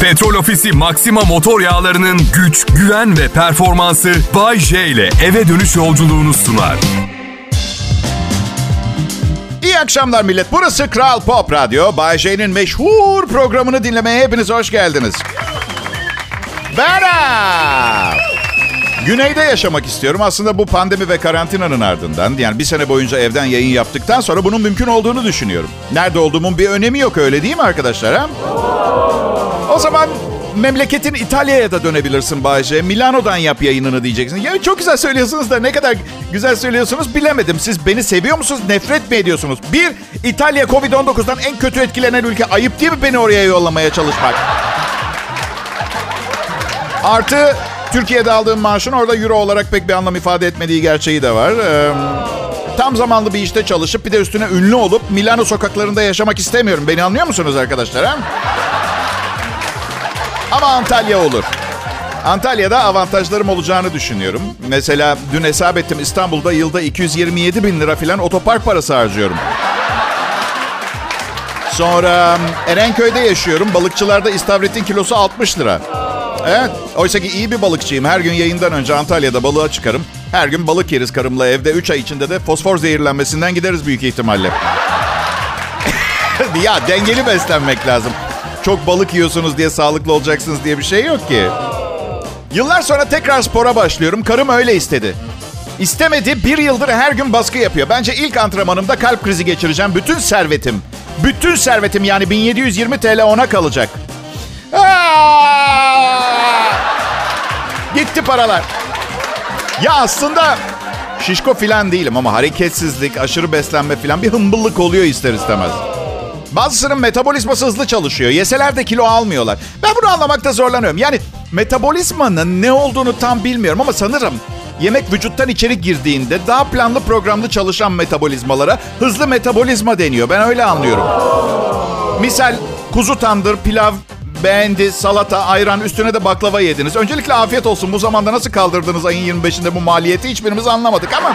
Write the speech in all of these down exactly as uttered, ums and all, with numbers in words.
Petrol Ofisi Maxima motor yağlarının güç, güven ve performansı Bay J ile eve dönüş yolculuğunu sunar. İyi akşamlar millet. Burası Kral Pop Radyo. Bay J'nin meşhur programını dinlemeye hepiniz hoş geldiniz. Beram. Güneyde yaşamak istiyorum. Aslında bu pandemi ve karantinanın ardından, yani bir sene boyunca evden yayın yaptıktan sonra bunun mümkün olduğunu düşünüyorum. Nerede olduğumun bir önemi yok, öyle değil mi arkadaşlar? Ha? O zaman memleketin İtalya'ya da dönebilirsin Bay J. Milano'dan yap yayınını diyeceksin. Ya çok güzel söylüyorsunuz da ne kadar güzel söylüyorsunuz bilemedim. Siz beni seviyor musunuz, nefret mi ediyorsunuz? Bir, İtalya kovid on dokuzdan en kötü etkilenen ülke. Ayıp değil mi beni oraya yollamaya çalışmak? Artı, Türkiye'de aldığım maaşın orada euro olarak pek bir anlam ifade etmediği gerçeği de var. Ee, tam zamanlı bir işte çalışıp bir de üstüne ünlü olup Milano sokaklarında yaşamak istemiyorum. Beni anlıyor musunuz arkadaşlar? Ha? Ama Antalya olur. Antalya'da avantajlarım olacağını düşünüyorum. Mesela dün hesap ettim, İstanbul'da yılda iki yüz yirmi yedi bin lira falan otopark parası harcıyorum. Sonra Erenköy'de yaşıyorum. Balıkçılarda istavritin kilosu altmış lira. Evet, oysa ki iyi bir balıkçıyım. Her gün yayından önce Antalya'da balığa çıkarım. Her gün balık yeriz karımla evde. üç ay içinde de fosfor zehirlenmesinden gideriz büyük ihtimalle. Ya dengeli beslenmek lazım. Çok balık yiyorsunuz diye sağlıklı olacaksınız diye bir şey yok ki. Yıllar sonra tekrar spora başlıyorum. Karım öyle istedi. İstemedi, bir yıldır her gün baskı yapıyor. Bence ilk antrenmanımda kalp krizi geçireceğim. Bütün servetim, bütün servetim yani bin yedi yüz yirmi TL ona kalacak. Aa! Gitti paralar. Ya aslında şişko filan değilim ama hareketsizlik, aşırı beslenme filan bir hımbıllık oluyor ister istemez. Bazısının metabolizması hızlı çalışıyor. Yeseler de kilo almıyorlar. Ben bunu anlamakta zorlanıyorum. Yani metabolizmanın ne olduğunu tam bilmiyorum ama sanırım yemek vücuttan içeri girdiğinde daha planlı programlı çalışan metabolizmalara hızlı metabolizma deniyor. Ben öyle anlıyorum. Misal kuzu tandır, pilav, beğendi, salata, ayran, üstüne de baklava yediniz. Öncelikle afiyet olsun. Bu zamanda nasıl kaldırdınız ayın yirmi beşinde bu maliyeti hiçbirimiz anlamadık ama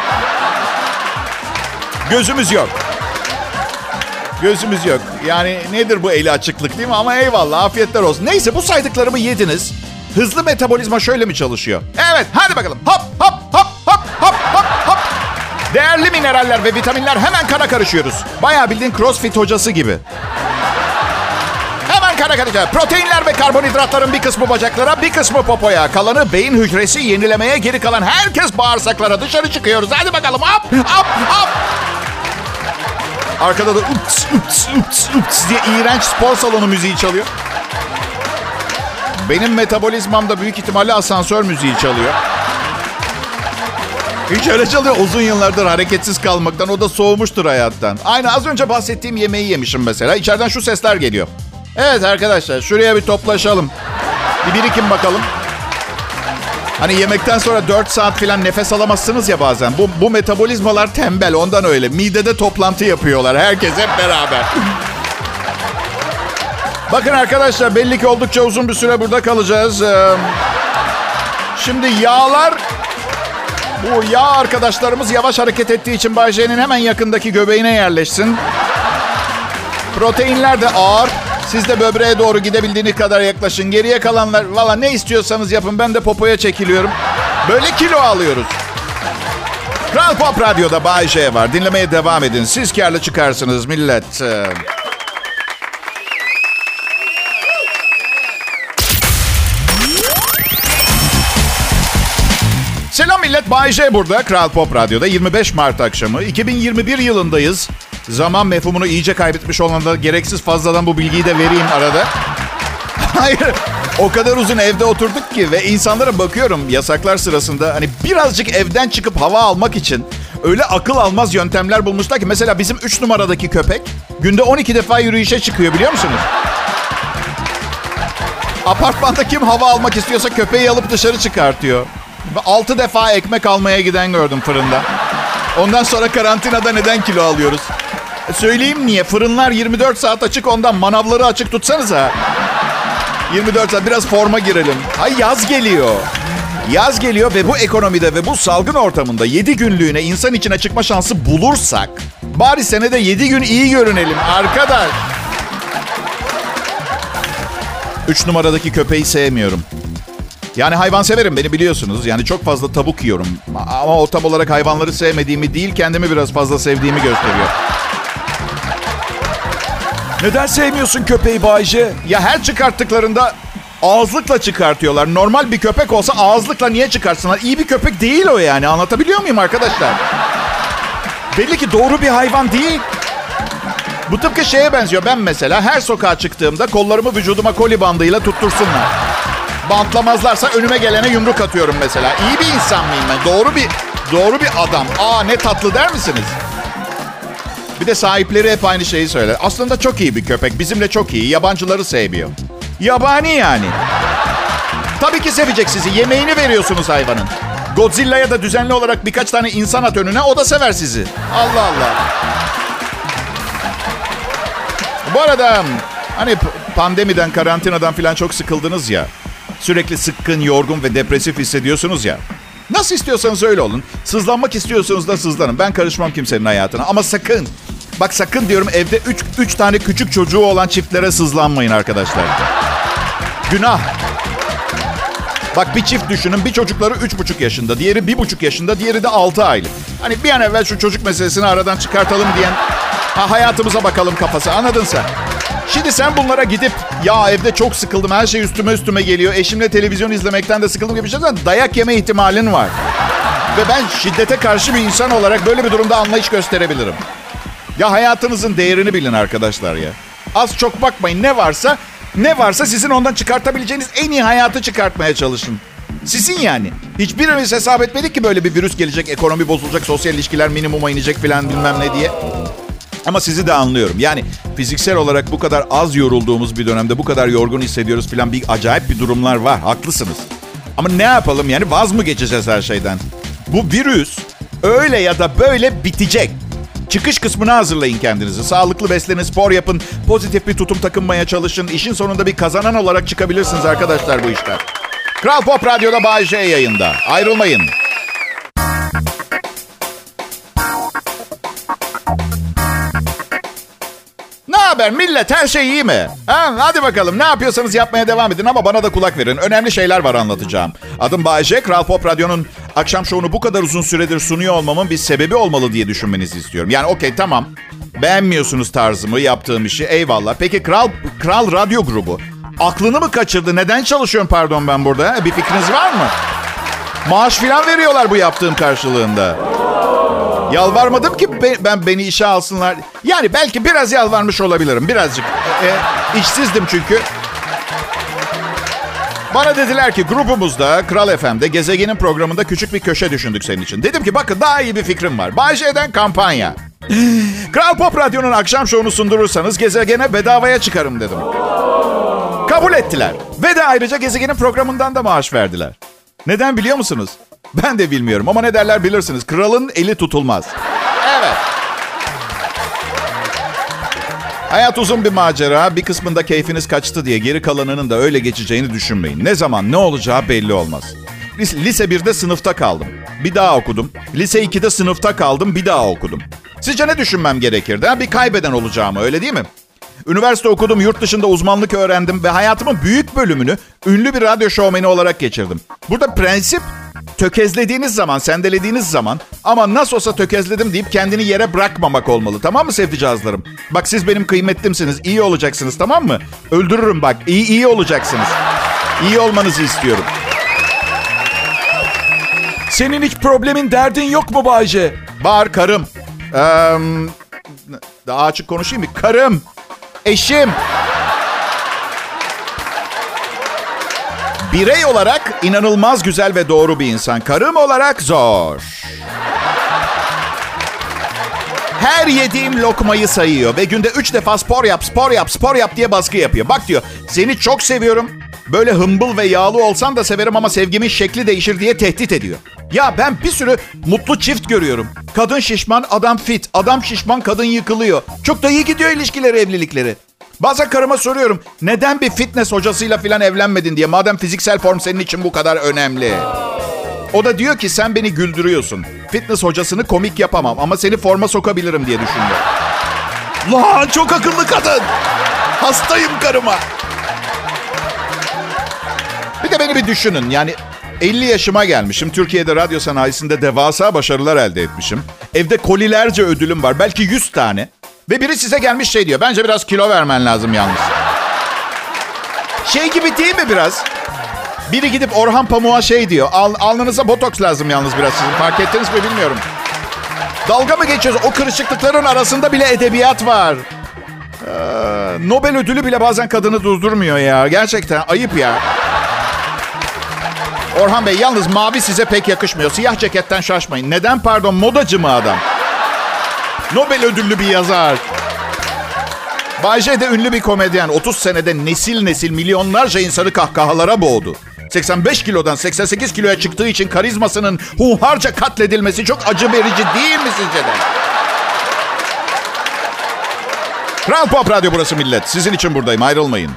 gözümüz yok. Gözümüz yok. Yani nedir bu eli açıklık değil mi? Ama eyvallah, afiyetler olsun. Neyse, bu saydıklarımı yediniz. Hızlı metabolizma şöyle mi çalışıyor? Evet, hadi bakalım. Hop hop hop hop hop hop hop. Değerli mineraller ve vitaminler hemen kana karışıyoruz. Bayağı bildiğin CrossFit hocası gibi. Hemen kana karışıyoruz. Proteinler ve karbonhidratların bir kısmı bacaklara, bir kısmı popoya. Kalanı beyin hücresi yenilemeye, geri kalan herkes bağırsaklara. Dışarı çıkıyoruz. Hadi bakalım. Hop hop hop. Arkada da ups ups ups ups diye iğrenç spor salonu müziği çalıyor. Benim metabolizmamda büyük ihtimalle asansör müziği çalıyor. Hiç öyle çalıyor uzun yıllardır hareketsiz kalmaktan. O da soğumuştur hayattan. Aynı az önce bahsettiğim yemeği yemişim mesela. İçeriden şu sesler geliyor. Evet arkadaşlar, şuraya bir toplaşalım. Bir birikim bakalım. Hani yemekten sonra dört saat falan nefes alamazsınız ya bazen. Bu, bu metabolizmalar tembel, ondan öyle. Midede toplantı yapıyorlar. Herkes hep beraber. Bakın arkadaşlar, belli ki oldukça uzun bir süre burada kalacağız. Ee, şimdi yağlar... Bu yağ arkadaşlarımız yavaş hareket ettiği için Bay J'nin hemen yakındaki göbeğine yerleşsin. Proteinler de ağır. Siz de böbreğe doğru gidebildiğiniz kadar yaklaşın. Geriye kalanlar, valla ne istiyorsanız yapın. Ben de popoya çekiliyorum. Böyle kilo alıyoruz. Kral Pop Radyo'da Bay J var. Dinlemeye devam edin. Siz kârlı çıkarsınız millet. Selam millet, Bay J burada. Kral Pop Radyo'da yirmi beş Mart akşamı. iki bin yirmi bir yılındayız. Zaman mefhumunu iyice kaybetmiş olanlara gereksiz fazladan bu bilgiyi de vereyim arada. Hayır, o kadar uzun evde oturduk ki ve insanlara bakıyorum yasaklar sırasında hani birazcık evden çıkıp hava almak için öyle akıl almaz yöntemler bulmuşlar ki. Mesela bizim üç numaradaki köpek günde on iki defa yürüyüşe çıkıyor, biliyor musunuz? Apartmanda kim hava almak istiyorsa köpeği alıp dışarı çıkartıyor. Ve altı defa ekmek almaya giden gördüm fırında. Ondan sonra karantinada neden kilo alıyoruz? Söyleyeyim niye? Fırınlar yirmi dört saat açık, ondan manavları açık tutsanıza. yirmi dört saat biraz forma girelim. Ay yaz geliyor. Yaz geliyor ve bu ekonomide ve bu salgın ortamında yedi günlüğüne insan içine çıkma şansı bulursak bari senede yedi gün iyi görünelim arkadaş. Üç numaradaki köpeği sevmiyorum. Yani hayvan severim, beni biliyorsunuz. Yani çok fazla tavuk yiyorum. Ama o tam olarak hayvanları sevmediğimi değil, kendimi biraz fazla sevdiğimi gösteriyor. Neden sevmiyorsun köpeği Bayce? Ya her çıkarttıklarında ağızlıkla çıkartıyorlar. Normal bir köpek olsa ağızlıkla niye çıkarsınlar? İyi bir köpek değil o yani. Anlatabiliyor muyum arkadaşlar? Belli ki doğru bir hayvan değil. Bu tıpkı şeye benziyor. Ben mesela her sokağa çıktığımda kollarımı vücuduma koli bandıyla tuttursunlar. Bantlamazlarsa önüme gelene yumruk atıyorum mesela. İyi bir insan mıyım ben? Doğru bir doğru bir adam. Aa ne tatlı der misiniz? Bir de sahipleri hep aynı şeyi söyler. Aslında çok iyi bir köpek. Bizimle çok iyi. Yabancıları sevmiyor. Yabani yani. Tabii ki sevecek sizi. Yemeğini veriyorsunuz hayvanın. Godzilla'ya da düzenli olarak birkaç tane insan at önüne. O da sever sizi. Allah Allah. Bu arada hani pandemiden, karantinadan falan çok sıkıldınız ya. Sürekli sıkkın, yorgun ve depresif hissediyorsunuz ya. Nasıl istiyorsanız öyle olun. Sızlanmak istiyorsanız da sızlanın. Ben karışmam kimsenin hayatına. Ama sakın, bak sakın diyorum, evde üç tane küçük çocuğu olan çiftlere sızlanmayın arkadaşlar. Günah. Bak bir çift düşünün. Bir çocukları üç buçuk yaşında. Diğeri bir buçuk yaşında. Diğeri de altı aylık. Hani bir an evvel şu çocuk meselesini aradan çıkartalım diyen, ha, hayatımıza bakalım kafası. Anladın sen? Şimdi sen bunlara gidip ya evde çok sıkıldım, her şey üstüme üstüme geliyor, eşimle televizyon izlemekten de sıkıldım gibi bir şey dersen dayak yeme ihtimalin var. Ve ben şiddete karşı bir insan olarak böyle bir durumda anlayış gösterebilirim. Ya hayatınızın değerini bilin arkadaşlar ya. Az çok bakmayın, ne varsa ne varsa sizin ondan çıkartabileceğiniz en iyi hayatı çıkartmaya çalışın. Sizin yani. Hiçbirimiz hesap etmedik ki böyle bir virüs gelecek, ekonomi bozulacak, sosyal ilişkiler minimuma inecek filan bilmem ne diye. Ama sizi de anlıyorum. Yani fiziksel olarak bu kadar az yorulduğumuz bir dönemde bu kadar yorgun hissediyoruz falan, bir acayip bir durumlar var. Haklısınız. Ama ne yapalım yani, vaz mı geçeceğiz her şeyden? Bu virüs öyle ya da böyle bitecek. Çıkış kısmına hazırlayın kendinizi. Sağlıklı beslenin, spor yapın, pozitif bir tutum takınmaya çalışın. İşin sonunda bir kazanan olarak çıkabilirsiniz arkadaşlar bu işten. Kral Pop Radyo'da Bay J yayında. Ayrılmayın. Ne haber millet? Her şey iyi mi? Ha, hadi bakalım, ne yapıyorsanız yapmaya devam edin ama bana da kulak verin. Önemli şeyler var anlatacağım. Adım Bay J. Kral Pop Radyo'nun akşam şovunu bu kadar uzun süredir sunuyor olmamın bir sebebi olmalı diye düşünmenizi istiyorum. Yani okey, tamam. Beğenmiyorsunuz tarzımı, yaptığım işi. Eyvallah. Peki Kral, Kral Radyo Grubu aklını mı kaçırdı? Neden çalışıyorum pardon ben burada? Bir fikriniz var mı? Maaş falan veriyorlar bu yaptığım karşılığında. Yalvarmadım ki be, ben beni işe alsınlar. Yani belki biraz yalvarmış olabilirim. Birazcık. E, e, işsizdim çünkü. Bana dediler ki grubumuzda Kral F M'de Gezegen'in programında küçük bir köşe düşündük senin için. Dedim ki bakın, daha iyi bir fikrim var. Bay J'den kampanya. Kral Pop Radyo'nun akşam şovunu sundurursanız Gezegen'e bedavaya çıkarım dedim. Kabul ettiler. Ve de ayrıca Gezegen'in programından da maaş verdiler. Neden biliyor musunuz? Ben de bilmiyorum ama ne derler bilirsiniz. Kralın eli tutulmaz. Evet. Hayat uzun bir macera. Bir kısmında keyfiniz kaçtı diye geri kalanının da öyle geçeceğini düşünmeyin. Ne zaman ne olacağı belli olmaz. Lise birde sınıfta kaldım. Bir daha okudum. Lise ikide sınıfta kaldım. Bir daha okudum. Sizce ne düşünmem gerekirdi? Ha? Bir kaybeden olacağımı, öyle değil mi? Üniversite okudum, yurt dışında uzmanlık öğrendim ve hayatımın büyük bölümünü ünlü bir radyo şovmeni olarak geçirdim. Burada prensip, tökezlediğiniz zaman, sendelediğiniz zaman ama nasıl olsa tökezledim deyip kendini yere bırakmamak olmalı. Tamam mı sevdicazlarım? Bak siz benim kıymetlimsiniz, iyi olacaksınız, tamam mı? Öldürürüm bak, iyi iyi olacaksınız. İyi olmanızı istiyorum. Senin hiç problemin, derdin yok mu Bayce? Var karım. Ee, daha açık konuşayım mı? Karım. Eşim. Birey olarak inanılmaz güzel ve doğru bir insan. Karım olarak zor. Her yediğim lokmayı sayıyor ve günde üç defa spor yap, spor yap, spor yap diye baskı yapıyor. Bak diyor, seni çok seviyorum. Böyle hımbıl ve yağlı olsan da severim ama sevgimin şekli değişir diye tehdit ediyor. Ya ben bir sürü mutlu çift görüyorum. Kadın şişman, adam fit. Adam şişman, kadın yıkılıyor. Çok da iyi gidiyor ilişkileri, evlilikleri. Bazen karıma soruyorum, neden bir fitness hocasıyla falan evlenmedin diye, madem fiziksel form senin için bu kadar önemli. O da diyor ki sen beni güldürüyorsun. Fitness hocasını komik yapamam ama seni forma sokabilirim diye düşünüyor. Lan çok akıllı kadın. Hastayım karıma. de beni bir düşünün. Yani elli yaşıma gelmişim. Türkiye'de radyo sanayisinde devasa başarılar elde etmişim. Evde kolilerce ödülüm var. Belki yüz tane. Ve biri size gelmiş şey diyor. Bence biraz kilo vermen lazım yalnız. Şey gibi değil mi biraz? Biri gidip Orhan Pamuk'a şey diyor. Al, alnınıza botoks lazım yalnız biraz sizin. Fark ettiniz mi bilmiyorum. Dalga mı geçiyoruz? O kırışıklıkların arasında bile edebiyat var. Ee, Nobel ödülü bile bazen kadını durdurmuyor ya. Gerçekten ayıp ya. Orhan Bey yalnız mavi size pek yakışmıyor. Siyah ceketten şaşmayın. Neden pardon? Modacı mı adam? Nobel ödüllü bir yazar. Bay J de ünlü bir komedyen. otuz senede nesil nesil milyonlarca insanı kahkahalara boğdu. seksen beş kilodan seksen sekiz kiloya çıktığı için karizmasının hunharca katledilmesi çok acı verici değil mi sizce de? Kral Pop Radyo burası millet. Sizin için buradayım, ayrılmayın.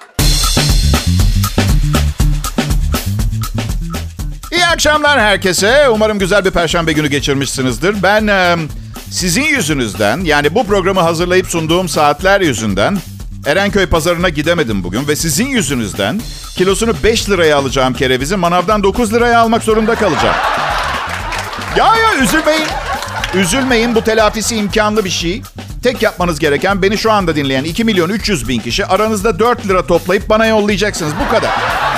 İyi akşamlar herkese. Umarım güzel bir perşembe günü geçirmişsinizdir. Ben e, sizin yüzünüzden, yani bu programı hazırlayıp sunduğum saatler yüzünden Erenköy pazarına gidemedim bugün. Ve sizin yüzünüzden kilosunu beş liraya alacağım kerevizi manavdan dokuz liraya almak zorunda kalacağım. Ya ya üzülmeyin. Üzülmeyin, bu telafisi imkanlı bir şey. Tek yapmanız gereken beni şu anda dinleyen iki milyon üç yüz bin kişi aranızda dört lira toplayıp bana yollayacaksınız. Bu kadar.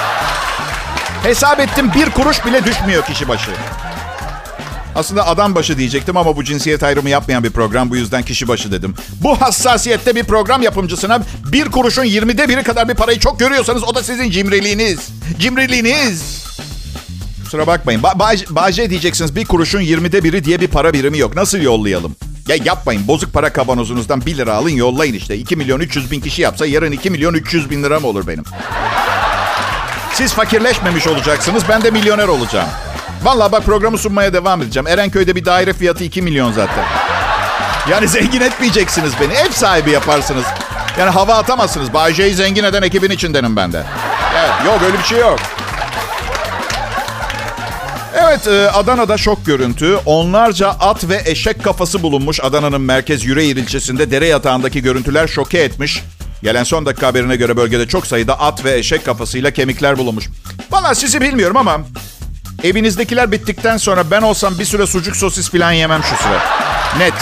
Hesap ettim, bir kuruş bile düşmüyor kişi başı. Aslında adam başı diyecektim ama bu cinsiyet ayrımı yapmayan bir program. Bu yüzden kişi başı dedim. Bu hassasiyette bir program yapımcısına bir kuruşun yirmide biri kadar bir parayı çok görüyorsanız o da sizin cimriliğiniz. Cimriliğiniz. Kusura bakmayın. Ba- Bay, Bay J diyeceksiniz, bir kuruşun yirmide biri diye bir para birimi yok. Nasıl yollayalım? Ya yapmayın. Bozuk para kavanozunuzdan bir lira alın yollayın işte. iki milyon üç yüz bin kişi yapsa yarın iki milyon üç yüz bin lira mı olur benim? Siz fakirleşmemiş olacaksınız. Ben de milyoner olacağım. Vallahi bak, programı sunmaya devam edeceğim. Erenköy'de bir daire fiyatı iki milyon zaten. Yani zengin etmeyeceksiniz beni. Ev sahibi yaparsınız. Yani hava atamazsınız. Bay J'yi zengin eden ekibin içindenim ben de. Evet, yok öyle bir şey yok. Evet, Adana'da şok görüntü. Onlarca at ve eşek kafası bulunmuş. Adana'nın merkez Yüreğir ilçesinde dere yatağındaki görüntüler şoke etmiş. Gelen son dakika haberine göre bölgede çok sayıda at ve eşek kafasıyla kemikler bulunmuş. Vallahi sizi bilmiyorum ama evinizdekiler bittikten sonra ben olsam bir süre sucuk sosis falan yemem şu sıra. Net.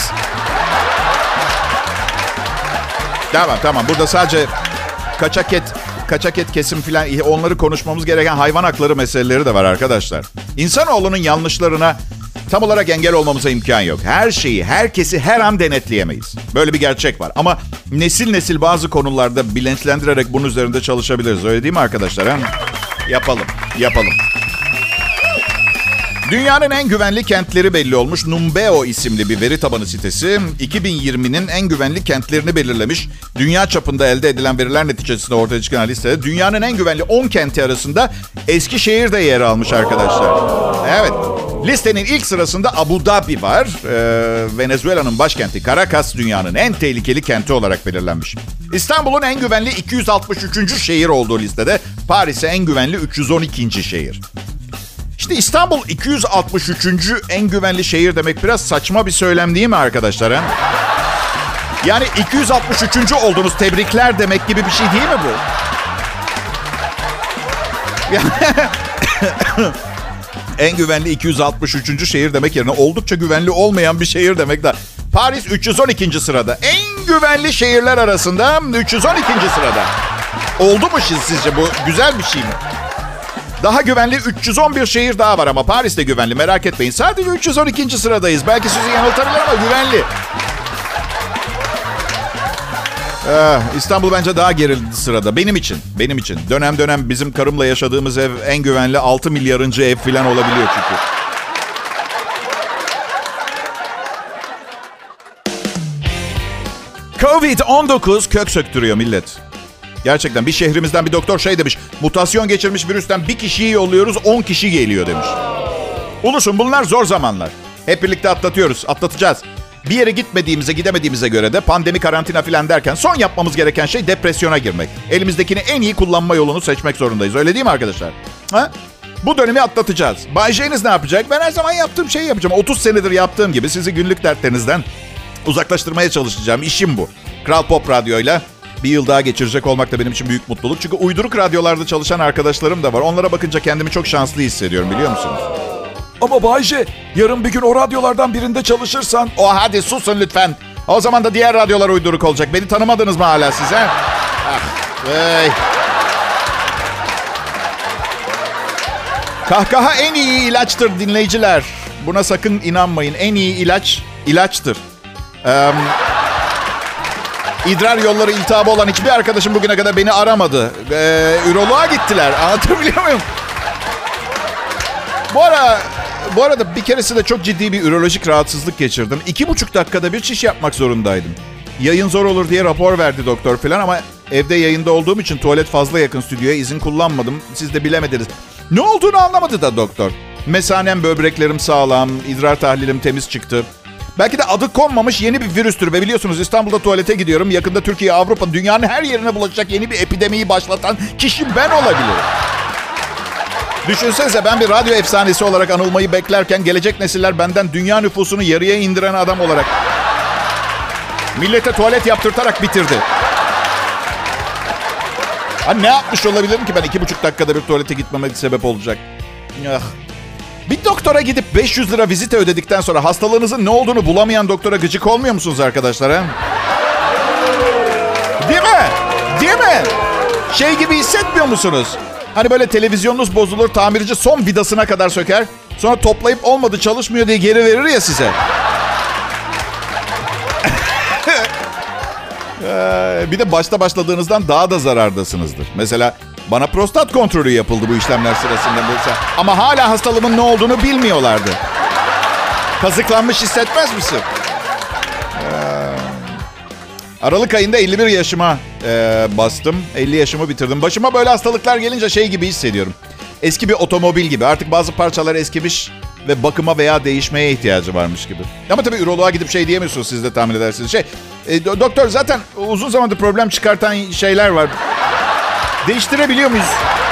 Tamam tamam, burada sadece kaçak et, kaçak et kesim falan, onları konuşmamız gereken hayvan hakları meseleleri de var arkadaşlar. İnsanoğlunun yanlışlarına tam olarak engel olmamıza imkan yok. Her şeyi, herkesi her an denetleyemeyiz. Böyle bir gerçek var. Ama nesil nesil bazı konularda bilinçlendirerek bunun üzerinde çalışabiliriz. Öyle değil mi arkadaşlar? He? Yapalım, yapalım. Dünyanın en güvenli kentleri belli olmuş. Numbeo isimli bir veri tabanı sitesi iki bin yirminin en güvenli kentlerini belirlemiş. Dünya çapında elde edilen veriler neticesinde ortaya çıkan listede dünyanın en güvenli on kenti arasında Eskişehir de yer almış arkadaşlar. Evet. Listenin ilk sırasında Abu Dhabi var. Ee, Venezuela'nın başkenti Caracas dünyanın en tehlikeli kenti olarak belirlenmiş. İstanbul'un en güvenli iki yüz altmış üçüncü şehir olduğu listede Paris'e en güvenli üç yüz on ikinci şehir. İşte İstanbul iki yüz altmış üçüncü en güvenli şehir demek biraz saçma bir söylem değil mi arkadaşlar? He? Yani iki yüz altmış üçüncü oldunuz, tebrikler demek gibi bir şey değil mi bu? En güvenli iki yüz altmış üçüncü şehir demek yerine oldukça güvenli olmayan bir şehir demek de. Paris üç yüz on ikinci sırada. En güvenli şehirler arasında üç yüz on ikinci sırada. Oldu mu sizce bu? Güzel bir şey mi? Daha güvenli üç yüz on bir şehir daha var ama Paris de güvenli, merak etmeyin. Sadece üç yüz on ikinci sıradayız. Belki sizi yanıltabilir ama güvenli. Ee, İstanbul bence daha geri sırada. Benim için. Benim için. Dönem dönem bizim karımla yaşadığımız ev en güvenli altı milyarıncı ev falan olabiliyor çünkü. covid on dokuz kök söktürüyor millet. Gerçekten bir şehrimizden bir doktor şey demiş. Mutasyon geçirmiş virüsten bir kişiyi yolluyoruz, on kişi geliyor demiş. Ulusum, bunlar zor zamanlar. Hep birlikte atlatıyoruz, atlatacağız. Bir yere gitmediğimize, gidemediğimize göre de pandemi, karantina falan derken son yapmamız gereken şey depresyona girmek. Elimizdekini en iyi kullanma yolunu seçmek zorundayız. Öyle değil mi arkadaşlar? Ha? Bu dönemi atlatacağız. Bay J'niz ne yapacak? Ben her zaman yaptığım şeyi yapacağım. otuz senedir yaptığım gibi sizi günlük dertlerinizden uzaklaştırmaya çalışacağım. İşim bu. Kral Pop Radyo'yla Bir yıl daha geçirecek olmak da benim için büyük mutluluk. Çünkü uyduruk radyolarda çalışan arkadaşlarım da var. Onlara bakınca kendimi çok şanslı hissediyorum, biliyor musunuz? Ama Bay J, yarın bir gün o radyolardan birinde çalışırsan... O hadi susun lütfen. O zaman da diğer radyolar uyduruk olacak. Beni tanımadınız mı hala siz, he? Ah, ey. Kahkaha en iyi ilaçtır dinleyiciler. Buna sakın inanmayın. En iyi ilaç, ilaçtır. Ee, idrar yolları iltihabı olan hiçbir arkadaşım bugüne kadar beni aramadı. Ee, üroloğa gittiler. Anlatabiliyor muyum? Bu ara... Bu arada bir keresinde çok ciddi bir ürolojik rahatsızlık geçirdim. İki buçuk dakikada bir çiş yapmak zorundaydım. Yayın zor olur diye rapor verdi doktor falan ama evde yayında olduğum için tuvalet fazla yakın stüdyoya, izin kullanmadım. Siz de bilemediniz. Ne olduğunu anlamadı da doktor. Mesanem, böbreklerim sağlam, idrar tahlilim temiz çıktı. Belki de adı konmamış yeni bir virüstür ve biliyorsunuz İstanbul'da tuvalete gidiyorum. Yakında Türkiye, Avrupa, dünyanın her yerine bulaşacak yeni bir epidemiyi başlatan kişi ben olabilirim. Düşünsenize, ben bir radyo efsanesi olarak anılmayı beklerken gelecek nesiller benden dünya nüfusunu yarıya indiren adam olarak millete tuvalet yaptırtarak bitirdi. Ha, ne yapmış olabilirim ki ben iki buçuk dakikada bir tuvalete gitmeme sebep olacak? Ah. Bir doktora gidip beş yüz lira vizite ödedikten sonra hastalığınızın ne olduğunu bulamayan doktora gıcık olmuyor musunuz arkadaşlar? He? Değil mi? Değil mi? Şey gibi hissetmiyor musunuz? Hani böyle televizyonunuz bozulur, tamirci son vidasına kadar söker. Sonra toplayıp olmadı, çalışmıyor diye geri verir ya size. Bir de başta başladığınızdan daha da zarardasınızdır. Mesela bana prostat kontrolü yapıldı bu işlemler sırasında mesela. Ama hala hastalığımın ne olduğunu bilmiyorlardı. Kazıklanmış hissetmez misin? Aralık ayında elli bir yaşıma e, bastım. elli yaşımı bitirdim. Başıma böyle hastalıklar gelince şey gibi hissediyorum. Eski bir otomobil gibi. Artık bazı parçalar eskimiş ve bakıma veya değişmeye ihtiyacı varmış gibi. Ama tabii üroloğa gidip şey diyemiyorsunuz, siz de tahmin edersiniz. Şey, e, doktor zaten uzun zamandır problem çıkartan şeyler var. Değiştirebiliyor muyuz?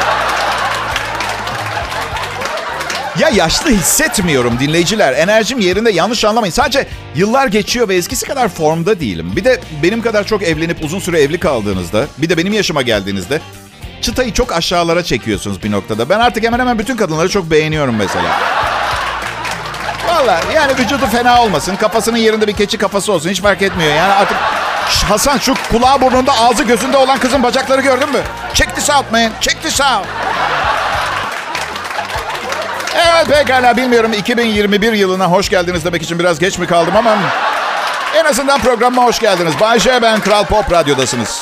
Ya yaşlı hissetmiyorum dinleyiciler. Enerjim yerinde, yanlış anlamayın. Sadece yıllar geçiyor ve eskisi kadar formda değilim. Bir de benim kadar çok evlenip uzun süre evli kaldığınızda, bir de benim yaşıma geldiğinizde çıtayı çok aşağılara çekiyorsunuz bir noktada. Ben artık hemen hemen bütün kadınları çok beğeniyorum mesela. Vallahi yani vücudu fena olmasın, kafasının yerinde bir keçi kafası olsun, hiç fark etmiyor. Yani artık Hasan, şu kulağı burnunda, ağzı gözünde olan kızın bacakları gördün mü? Check this out man, check this out. Evet pekala, bilmiyorum iki bin yirmi bir yılına hoş geldiniz demek için biraz geç mi kaldım ama en azından programıma hoş geldiniz. Bay J, ben Kral Pop Radyo'dasınız.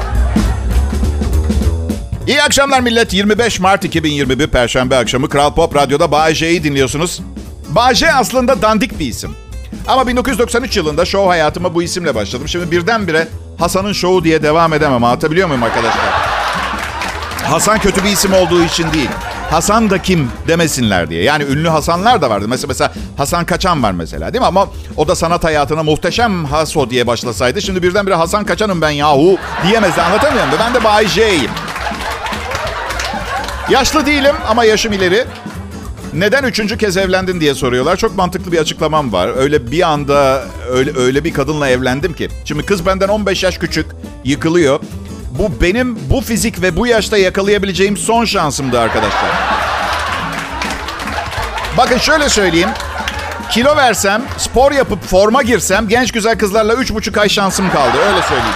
İyi akşamlar millet. yirmi beş Mart iki bin yirmi bir Perşembe akşamı Kral Pop Radyo'da Bay J'yi dinliyorsunuz. Bay J aslında dandik bir isim. Ama bin dokuz yüz doksan üç yılında şov hayatıma bu isimle başladım. Şimdi birdenbire Hasan'ın şovu diye devam edemem. Anlatabiliyor muyum arkadaşlar? Hasan kötü bir isim olduğu için değil. Hasan da kim demesinler diye. Yani ünlü Hasanlar da vardı. Mesela, mesela Hasan Kaçan var mesela, değil mi? Ama o da sanat hayatına muhteşem Haso diye başlasaydı, şimdi birdenbire Hasan Kaçan'ım ben yahu diyemezdi. Anlatamıyor muyum? Ben de Bay J'yim. Yaşlı değilim ama yaşım ileri. Neden üçüncü kez evlendin diye soruyorlar. Çok mantıklı bir açıklamam var. Öyle bir anda öyle, öyle bir kadınla evlendim ki. Şimdi kız benden on beş yaş küçük, yıkılıyor. Bu benim bu fizik ve bu yaşta yakalayabileceğim son şansımdı arkadaşlar. Bakın şöyle söyleyeyim. Kilo versem, spor yapıp forma girsem genç güzel kızlarla üç buçuk ay şansım kaldı. Öyle söyleyeyim.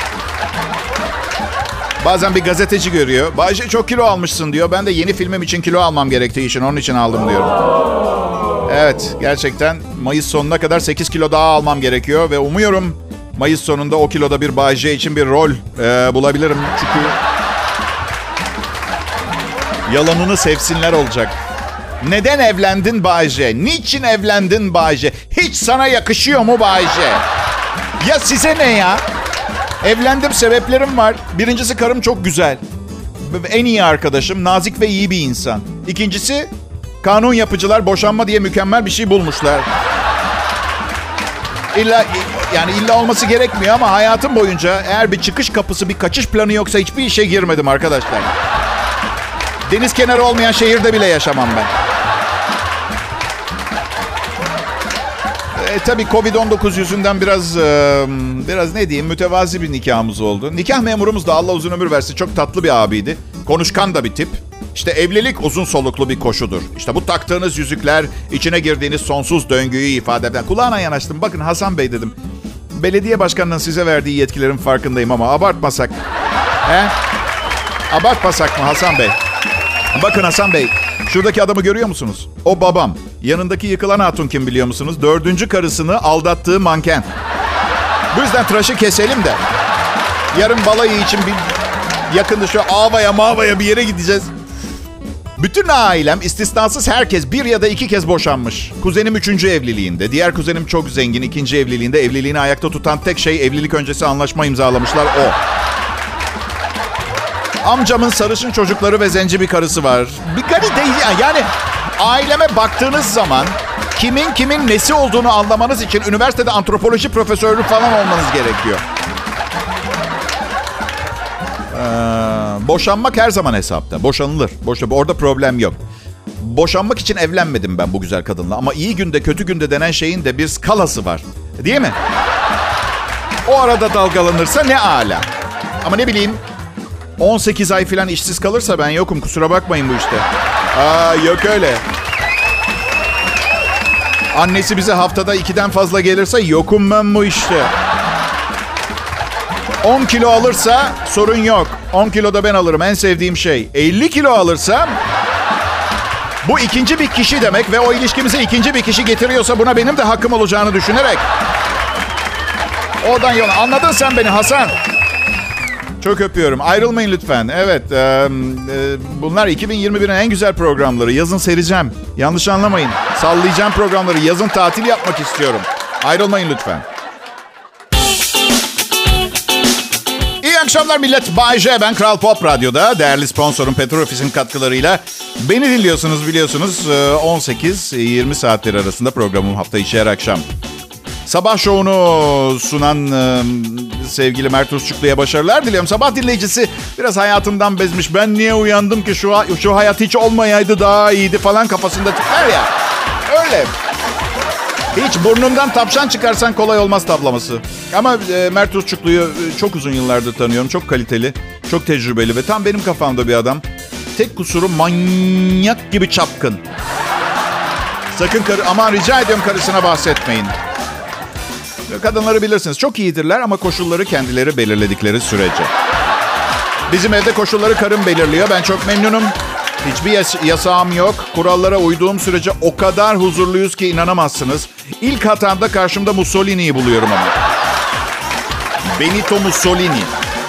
Bazen bir gazeteci görüyor. Bayce çok kilo almışsın diyor. Ben de yeni filmim için kilo almam gerektiği için onun için aldım diyorum. Evet, gerçekten Mayıs sonuna kadar sekiz kilo daha almam gerekiyor ve umuyorum Mayıs sonunda o kiloda bir Bay J için bir rol e, bulabilirim. Çünkü yalanını sevsinler olacak. Neden evlendin Bay J? Niçin evlendin Bay J? Hiç sana yakışıyor mu Bay J? Ya size ne ya? Evlendim, sebeplerim var. Birincisi, karım çok güzel. En iyi arkadaşım, nazik ve iyi bir insan. İkincisi, kanun yapıcılar boşanma diye mükemmel bir şey bulmuşlar. İlla, yani illa olması gerekmiyor ama hayatım boyunca eğer bir çıkış kapısı, bir kaçış planı yoksa hiçbir işe girmedim arkadaşlar. Deniz kenarı olmayan şehirde bile yaşamam ben. E, tabii covid on dokuz yüzünden biraz e, biraz ne diyeyim mütevazi bir nikahımız oldu. Nikah memurumuz da Allah uzun ömür versin çok tatlı bir abiydi. Konuşkan da bir tip. İşte evlilik uzun soluklu bir koşudur. İşte bu taktığınız yüzükler içine girdiğiniz sonsuz döngüyü ifade eden. Kulağına yanaştım. Bakın Hasan Bey dedim. Belediye başkanının size verdiği yetkilerin farkındayım ama abartmasak. He? Abartmasak mı Hasan Bey? Bakın Hasan Bey, şuradaki adamı görüyor musunuz? O babam. Yanındaki yıkılan hatun kim biliyor musunuz? Dördüncü karısını aldattığı manken. Bu yüzden tıraşı keselim de. Yarın balayı için bir yakında şu Ava'ya Mava'ya bir yere gideceğiz. Bütün ailem istisnasız herkes bir ya da iki kez boşanmış. Kuzenim üçüncü evliliğinde. Diğer kuzenim çok zengin ikinci evliliğinde. Evliliğini ayakta tutan tek şey evlilik öncesi anlaşma imzalamışlar o. Amcamın sarışın çocukları ve zenci bir karısı var. Bir garip değil yani. Aileme baktığınız zaman kimin kimin nesi olduğunu anlamanız için üniversitede antropoloji profesörü falan olmanız gerekiyor. Ee, boşanmak her zaman hesapta. Boşanılır. Boşa, orada problem yok. Boşanmak için evlenmedim ben bu güzel kadınla. Ama iyi günde kötü günde denen şeyin de bir skalası var. Değil mi? O arada dalgalanırsa ne ala. Ama ne bileyim on sekiz ay falan işsiz kalırsa ben yokum. Kusura bakmayın bu işte. Aa, yok öyle. Annesi bize haftada ikiden fazla gelirse yokum ben bu işte. on kilo alırsa sorun yok. on kilo da ben alırım. En sevdiğim şey. elli kilo alırsam bu ikinci bir kişi demek ve o ilişkimize ikinci bir kişi getiriyorsa buna benim de hakkım olacağını düşünerek oradan yola. Anladın sen beni Hasan? Çok öpüyorum. Ayrılmayın lütfen. Evet. E, e, bunlar iki bin yirmi birin en güzel programları. Yazın sereceğim. Yanlış anlamayın. Sallayacağım programları. Yazın tatil yapmak istiyorum. Ayrılmayın lütfen. İyi akşamlar millet. Bay J. Ben Kral Pop Radyo'da. Değerli sponsorum Petrol Ofis'in katkılarıyla beni dinliyorsunuz biliyorsunuz. on sekiz yirmi saatleri arasında programım hafta içi her akşam. Sabah şovunu sunan e, sevgili Mert Rusçuklu'ya başarılar diliyorum. Sabah dinleyicisi biraz hayatından bezmiş. Ben niye uyandım ki şu, şu hayat hiç olmayaydı daha iyiydi falan kafasında tipler ya. Öyle. Hiç burnundan tavşan çıkarsan kolay olmaz tablaması. Ama e, Mert Rusçuklu'yu e, çok uzun yıllardır tanıyorum. Çok kaliteli, çok tecrübeli ve tam benim kafamda bir adam. Tek kusuru manyak gibi çapkın. Sakın karı, aman rica ediyorum karısına bahsetmeyin. Kadınları bilirsiniz. Çok iyidirler ama koşulları kendileri belirledikleri sürece. Bizim evde koşulları karım belirliyor. Ben çok memnunum. Hiçbir yas- yasağım yok. Kurallara uyduğum sürece o kadar huzurluyuz ki inanamazsınız. İlk hatamda karşımda Mussolini'yi buluyorum ama. Benito Mussolini.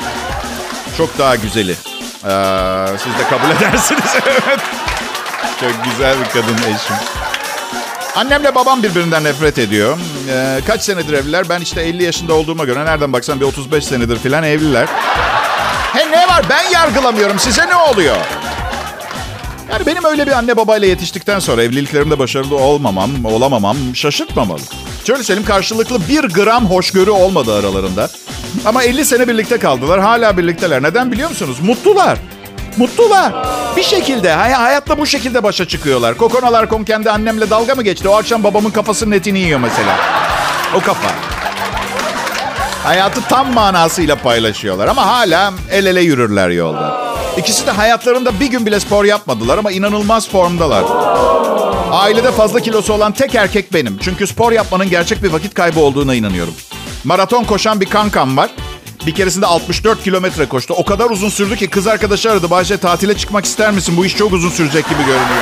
Çok daha güzeli. Ee, siz de kabul edersiniz. Evet. Çok güzel bir kadın eşim. Annemle babam birbirinden nefret ediyor. Ee, kaç senedir evliler? Ben işte elli yaşında olduğuma göre nereden baksan bir otuz beş senedir falan evliler. He ne var? Ben yargılamıyorum. Size ne oluyor? Yani benim öyle bir anne babayla yetiştikten sonra evliliklerimde başarılı olmamam, olamamam şaşırtmamalı. Şöyle söyleyeyim, karşılıklı bir gram hoşgörü olmadı aralarında. Ama elli sene birlikte kaldılar. Hala birlikteler. Neden biliyor musunuz? Mutlular. Mutlular. Bir şekilde hay- hayatla bu şekilde başa çıkıyorlar. Kokonalar kon kendi annemle dalga mı geçti? O akşam babamın kafasının etini yiyor mesela. O kafa. Hayatı tam manasıyla paylaşıyorlar ama hala el ele yürürler yolda. İkisi de hayatlarında bir gün bile spor yapmadılar ama inanılmaz formdalar. Ailede fazla kilosu olan tek erkek benim. Çünkü spor yapmanın gerçek bir vakit kaybı olduğuna inanıyorum. Maraton koşan bir kankam var. Bir keresinde altmış dört kilometre koştu. O kadar uzun sürdü ki kız arkadaşı aradı. Bayşe tatile çıkmak ister misin? Bu iş çok uzun sürecek gibi görünüyor.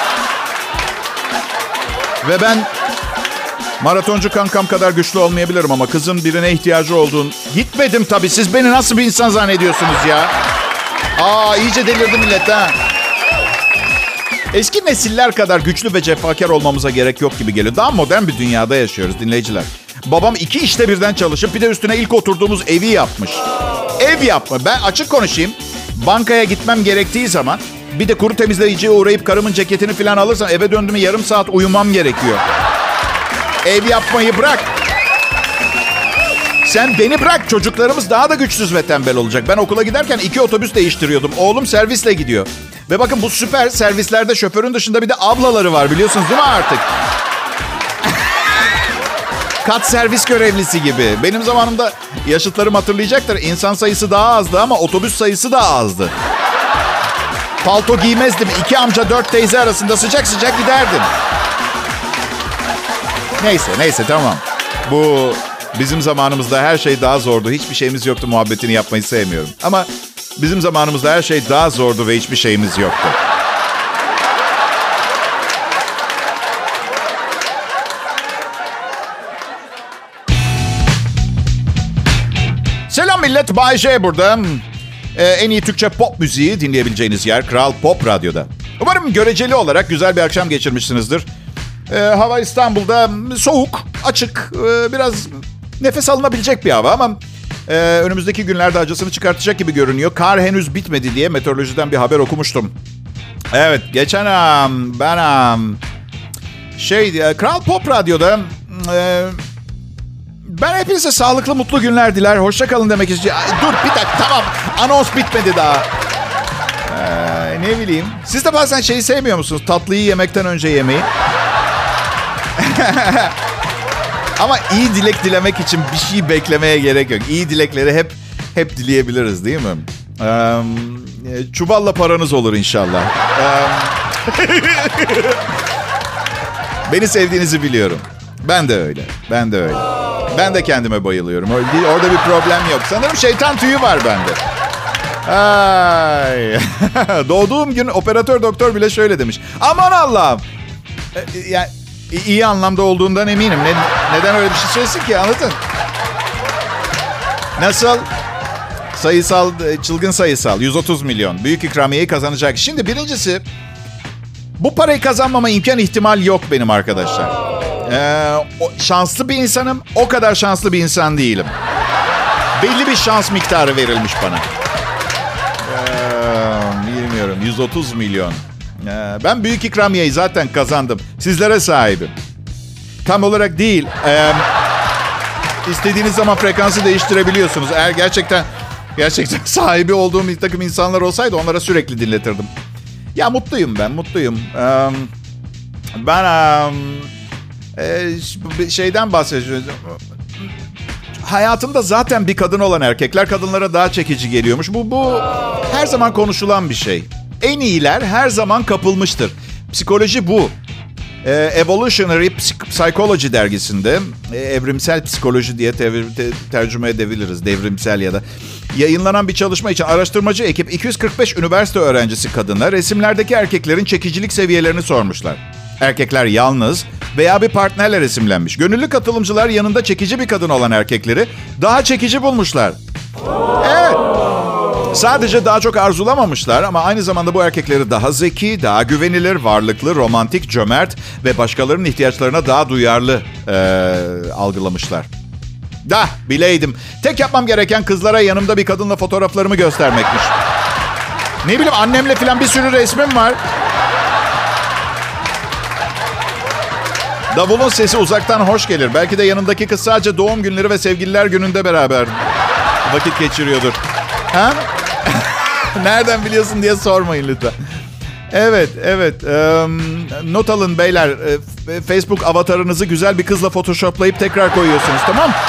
Ve ben maratoncu kankam kadar güçlü olmayabilirim ama kızın birine ihtiyacı olduğunu... Gitmedim tabii. Siz beni nasıl bir insan zannediyorsunuz ya? Aa iyice delirdi millet ha. Eski nesiller kadar güçlü ve cefakar olmamıza gerek yok gibi geliyor. Daha modern bir dünyada yaşıyoruz dinleyiciler. Babam iki işte birden çalışıp bir de üstüne ilk oturduğumuz evi yapmış. Ev yapma. Ben açık konuşayım. Bankaya gitmem gerektiği zaman bir de kuru temizleyiciye uğrayıp karımın ceketini falan alırsam eve döndüğümü yarım saat uyumam gerekiyor. Ev yapmayı bırak. Sen beni bırak. Çocuklarımız daha da güçsüz ve tembel olacak. Ben okula giderken iki otobüs değiştiriyordum. Oğlum servisle gidiyor. Ve bakın bu süper servislerde şoförün dışında bir de ablaları var biliyorsunuz değil mi artık? kat servis görevlisi gibi. Benim zamanımda yaşıtlarım hatırlayacaktır. İnsan sayısı daha azdı ama otobüs sayısı da azdı. Palto giymezdim. İki amca dört teyze arasında sıcak sıcak giderdim. Neyse neyse tamam. Bu bizim zamanımızda her şey daha zordu. Hiçbir şeyimiz yoktu muhabbetini yapmayı sevmiyorum. Ama bizim zamanımızda her şey daha zordu ve hiçbir şeyimiz yoktu. Selam millet, Bay J burada. Ee, en iyi Türkçe pop müziği dinleyebileceğiniz yer Kral Pop Radyo'da. Umarım göreceli olarak güzel bir akşam geçirmişsinizdir. Ee, hava İstanbul'da soğuk, açık, e, biraz nefes alınabilecek bir hava ama e, önümüzdeki günlerde acısını çıkartacak gibi görünüyor. Kar henüz bitmedi diye meteorolojiden bir haber okumuştum. Evet, geçen um, ben um, şey e, Kral Pop Radyo'da e, ben hepinize sağlıklı, mutlu günler diler. Hoşça kalın demek istiyorum. Dur bir dakika, tamam. Anons bitmedi daha. Ee, ne bileyim. Siz de bazen şeyi sevmiyor musunuz? Tatlıyı yemekten önce yemeyi. Ama iyi dilek dilemek için bir şey beklemeye gerek yok. İyi dilekleri hep hep dileyebiliriz değil mi? Ee, çuvalla paranız olur inşallah. Ee, beni sevdiğinizi biliyorum. Ben de öyle. Ben de öyle. Ben de kendime bayılıyorum. Orada bir problem yok. Sanırım şeytan tüyü var bende. Ay. Doğduğum gün operatör doktor bile şöyle demiş. Aman Allah'ım. Yani iyi anlamda olduğundan eminim. Ne, neden öyle bir şey söylesin ki? Anladın? Nasıl? Sayısal, çılgın sayısal. yüz otuz milyon. Büyük ikramiyeyi kazanacak. Şimdi birincisi, bu parayı kazanmama imkan ihtimal yok benim arkadaşlar. Ee, o, şanslı bir insanım. O kadar şanslı bir insan değilim. Belli bir şans miktarı verilmiş bana. Ee, bilmiyorum. yüz otuz milyon. Ee, ben büyük ikramiyeyi zaten kazandım. Sizlere sahibim. Tam olarak değil. Ee, istediğiniz zaman frekansı değiştirebiliyorsunuz. Eğer gerçekten gerçekten sahibi olduğum bir takım insanlar olsaydı onlara sürekli dinletirdim. Ya mutluyum ben, mutluyum. Ee, ben... Um, Ee, şeyden bahsediyorum. Hayatımda zaten bir kadın olan erkekler kadınlara daha çekici geliyormuş. Bu, bu her zaman konuşulan bir şey. En iyiler her zaman kapılmıştır. Psikoloji bu. Ee, Evolutionary Psychology dergisinde, e, evrimsel psikoloji diye tevr- te- tercüme edebiliriz. Devrimsel ya da. Yayınlanan bir çalışma için araştırmacı ekip iki yüz kırk beş üniversite öğrencisi kadına resimlerdeki erkeklerin çekicilik seviyelerini sormuşlar. Erkekler yalnız veya bir partnerle resimlenmiş. Gönüllü katılımcılar yanında çekici bir kadın olan erkekleri daha çekici bulmuşlar. Evet. Sadece daha çok arzulamamışlar ama aynı zamanda bu erkekleri daha zeki, daha güvenilir, varlıklı, romantik, cömert ve başkalarının ihtiyaçlarına daha duyarlı ee, algılamışlar. Da bileydim. Tek yapmam gereken kızlara yanımda bir kadınla fotoğraflarımı göstermekmiş. Ne bileyim, annemle falan bir sürü resmim var. Davulun sesi uzaktan hoş gelir. Belki de yanındaki kız sadece doğum günleri ve sevgililer gününde beraber vakit geçiriyordur. Ha? Nereden biliyorsun diye sormayın lütfen. Evet, evet. Ee, not alın beyler. Ee, Facebook avatarınızı güzel bir kızla photoshoplayıp tekrar koyuyorsunuz, tamam mı?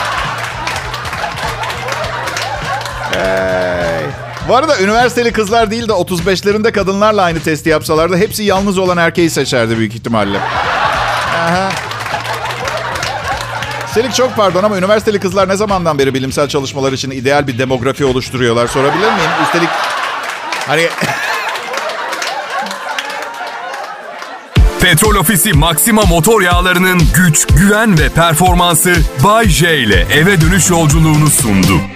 Hey. Bu arada üniversiteli kızlar değil de otuz beşlerinde kadınlarla aynı testi yapsalardı hepsi yalnız olan erkeği seçerdi büyük ihtimalle. Aha. Selik çok pardon ama üniversiteli kızlar ne zamandan beri bilimsel çalışmalar için ideal bir demografi oluşturuyorlar, sorabilir miyim? Üstelik hani... Petrol Ofisi Maxima motor yağlarının güç, güven ve performansı Bay J ile eve dönüş yolculuğunu sundu.